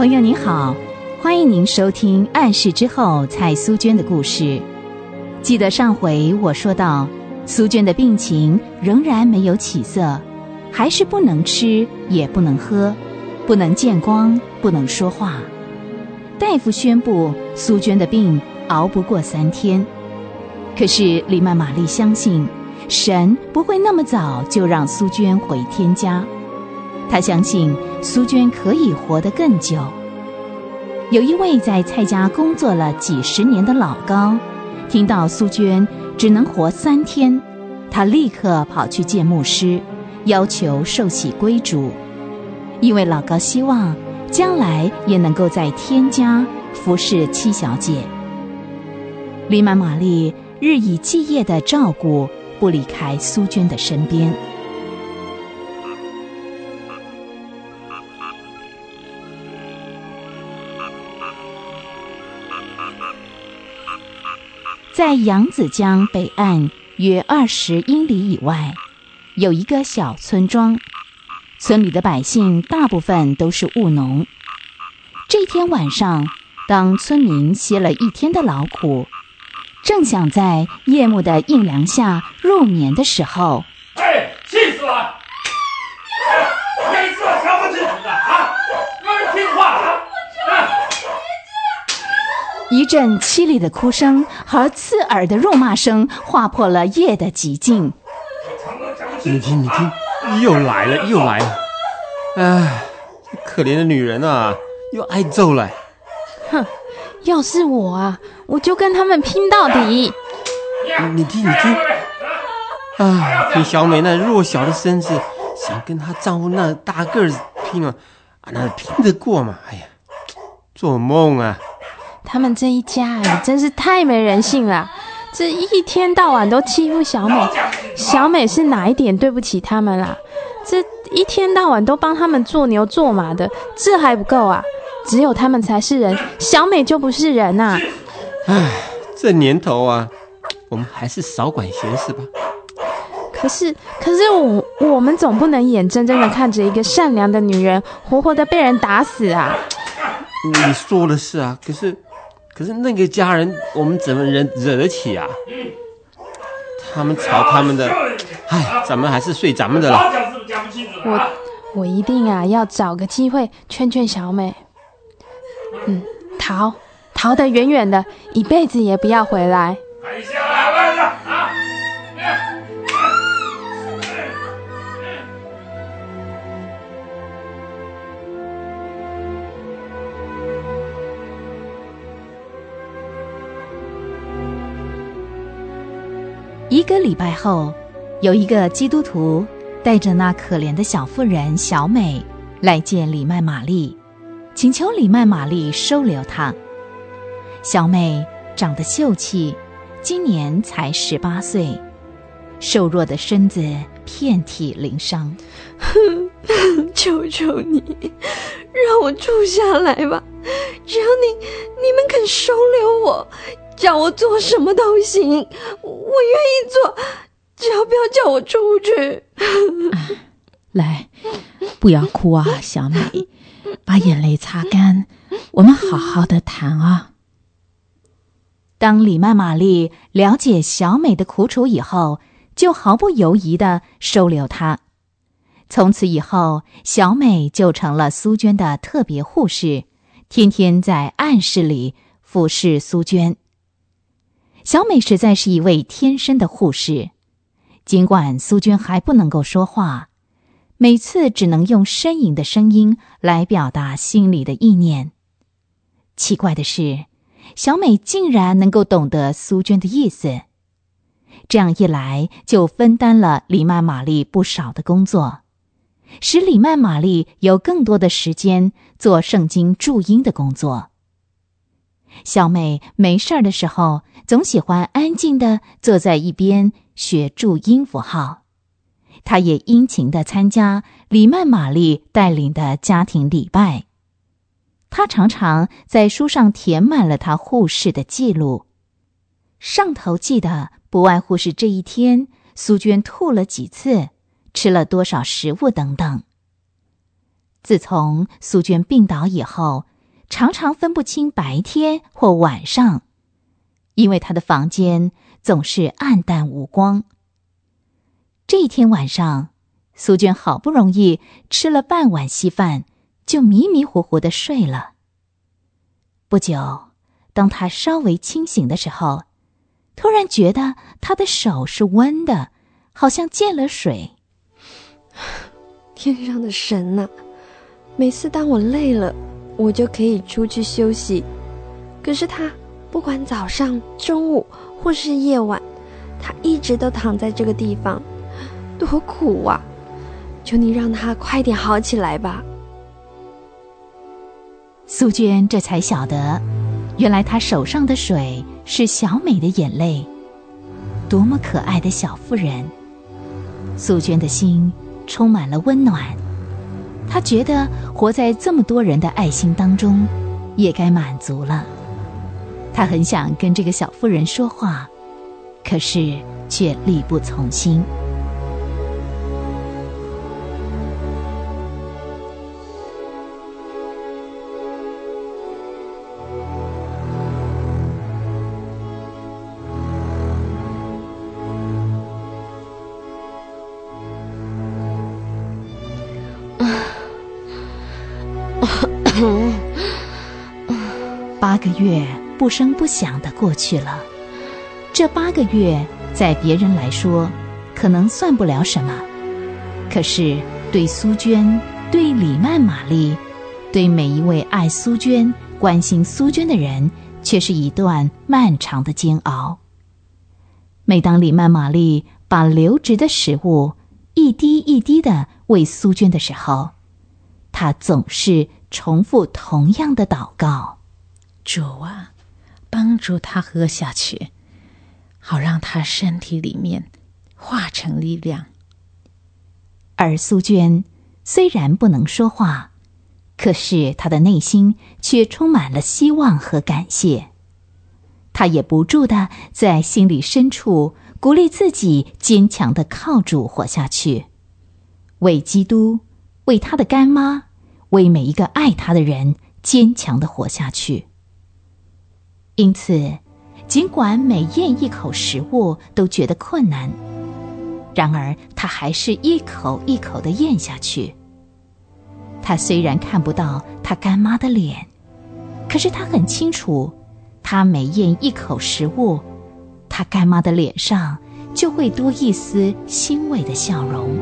朋友你好，欢迎您收听暗示之后蔡苏娟的故事。记得上回我说到，苏娟的病情仍然没有起色，还是不能吃也不能喝，不能见光，不能说话。大夫宣布苏娟的病熬不过3天。可是黎曼玛丽相信神不会那么早就让苏娟回天家，她相信苏娟可以活得更久。有一位在蔡家工作了几十年的老高，听到苏娟只能活3天，他立刻跑去见牧师，要求受洗归主，因为老高希望将来也能够在天家服侍七小姐。黎曼玛丽日以继夜的照顾，不离开苏娟的身边。在扬子江北岸约20英里以外，有一个小村庄，村里的百姓大部分都是务农。这天晚上，当村民歇了一天的劳苦，正想在夜幕的阴凉下入眠的时候， 气死了！没事，小不起的啊！有人听话啊！ 一阵凄厉的哭声和刺耳的辱骂声划破了夜的寂静。 你听，又来了！哎，可怜的女人啊，又挨揍了。 哼，要是我啊，我就跟他们拼到底。 你听，啊，听小美那弱小的身子，想跟她丈夫那大个子拼啊，那拼得过吗？哎呀，做梦啊！ 他们这一家也真是太没人性了，这一天到晚都欺负小美，小美是哪一点对不起他们啦？这一天到晚都帮他们做牛做马的，这还不够啊？只有他们才是人，小美就不是人啊！ 唉，这年头啊，我们还是少管闲事吧。 可是我们总不能眼睁睁的看着一个善良的女人活活的被人打死啊！ 你说的是啊，可是那个家人，我们怎么惹得起啊？他们吵他们的，唉，咱们还是睡咱们的了。 我一定啊要找个机会劝劝小美。逃得远远的，一辈子也不要回来。 1个礼拜后，有一个基督徒带着那可怜的小妇人小美来见黎曼玛丽，请求黎曼玛丽收留她。小美长得秀气，今年才18岁，瘦弱的身子遍体鳞伤。 求求你，让我住下来吧！只要你们肯收留我，叫我做什么都行，我愿意做，只要不要叫我出去。 来，不要哭啊，小美，把眼泪擦干，我们好好的谈啊。 当黎曼玛丽了解小美的苦楚以后，就毫不犹豫地收留她。从此以后，小美就成了苏娟的特别护士，天天在暗室里服侍苏娟。小美实在是一位天生的护士，尽管苏娟还不能够说话，每次只能用呻吟的声音来表达心里的意念。奇怪的是，小美竟然能够懂得苏娟的意思，这样一来就分担了黎曼玛丽不少的工作，使黎曼玛丽有更多的时间做圣经注音的工作。小美没事的时候，总喜欢安静地坐在一边学注音符号。她也殷勤地参加黎曼玛丽带领的家庭礼拜。她常常在书上填满了她护士的记录，上头记的不外乎是这一天苏娟吐了几次，吃了多少食物等等。自从苏娟病倒以后， 常常分不清白天或晚上，因为他的房间总是暗淡无光。这一天晚上，苏娟好不容易吃了半碗稀饭，就迷迷糊糊地睡了。不久，当她稍微清醒的时候，突然觉得她的手是温的，好像见了水。 天上的神啊，每次当我累了，我就可以出去休息。可是他不管早上、中午或是夜晚，他一直都躺在这个地方，多苦啊！求你让他快点好起来吧。 苏娟这才晓得，原来她手上的水是小美的眼泪。多么可爱的小妇人！苏娟的心充满了温暖，她觉得活在这么多人的爱心当中，也该满足了。她很想跟这个小妇人说话，可是却力不从心。8个月不声不响地过去了。这8个月在别人来说可能算不了什么，可是对苏娟、对李曼玛丽、对每一位爱苏娟、关心苏娟的人，却是一段漫长的煎熬。每当李曼玛丽把流质的食物一滴一滴地喂苏娟的时候，她总是重复同样的祷告： 主啊，帮助他喝下去，好让他身体里面化成力量。 而苏娟虽然不能说话，可是她的内心却充满了希望和感谢。她也不住地在心里深处鼓励自己坚强地靠主活下去，为基督，为她的干妈，为每一个爱她的人坚强地活下去。因此，尽管每咽一口食物都觉得困难，然而她还是一口一口地咽下去。她虽然看不到她干妈的脸，可是她很清楚，她每咽一口食物，她干妈的脸上就会多一丝欣慰的笑容。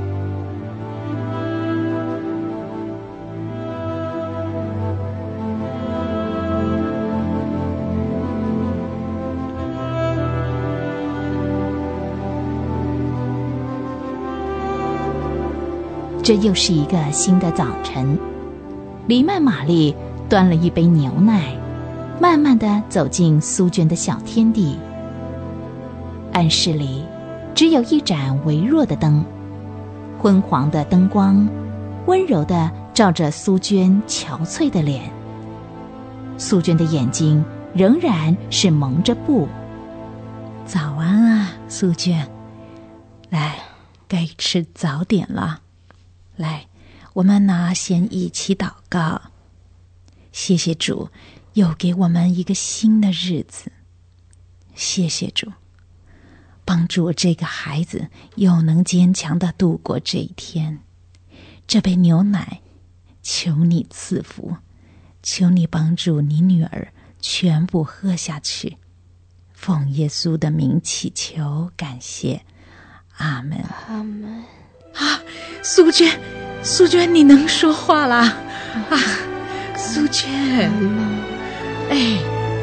这又是一个新的早晨，李曼玛丽端了一杯牛奶，慢慢地走进苏娟的小天地。暗室里只有一盏微弱的灯，昏黄的灯光温柔地照着苏娟憔悴的脸。苏娟的眼睛仍然是蒙着布。 早安啊，苏娟，来，该吃早点了。来，我们先一起祷告。谢谢主，又给我们一个新的日子。谢谢主，帮助这个孩子又能坚强地度过这一天。这杯牛奶，求你赐福，求你帮助你女儿全部喝下去。奉耶稣的名祈求，感谢，阿们。 阿们。 啊，苏娟，你能说话了啊！苏娟，哎，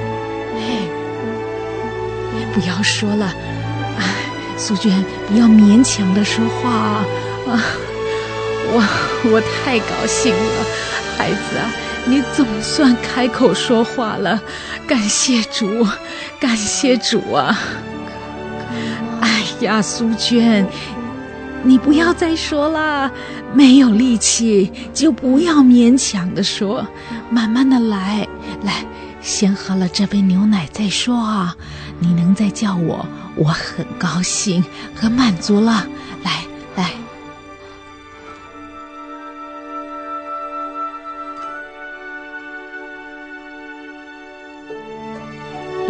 不要说了啊！苏娟，不要勉强的说话啊！我太高兴了，孩子啊，你总算开口说话了，感谢主，感谢主啊！哎呀，苏娟，你不要再说了，没有力气就不要勉强的说，慢慢的来，先喝了这杯牛奶再说啊！你能再叫我很高兴和满足了。来。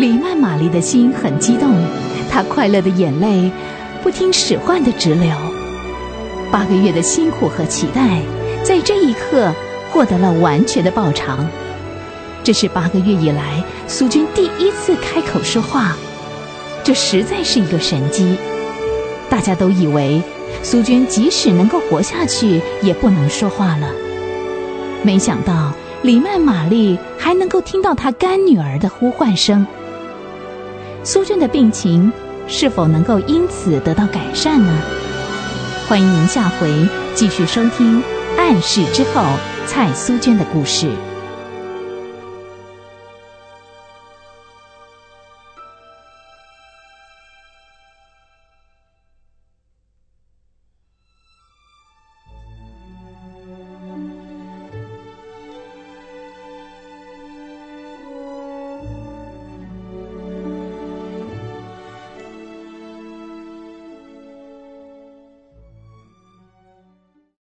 黎曼玛丽的心很激动，她快乐的眼泪不听使唤地直流。8个月的辛苦和期待，在这一刻获得了完全的报偿。这是8个月以来苏娟第一次开口说话，这实在是一个神迹。大家都以为苏娟即使能够活下去，也不能说话了。没想到黎曼玛丽还能够听到她干女儿的呼唤声。苏娟的病情是否能够因此得到改善呢？欢迎您下回继续收听《暗示之后》蔡苏娟的故事。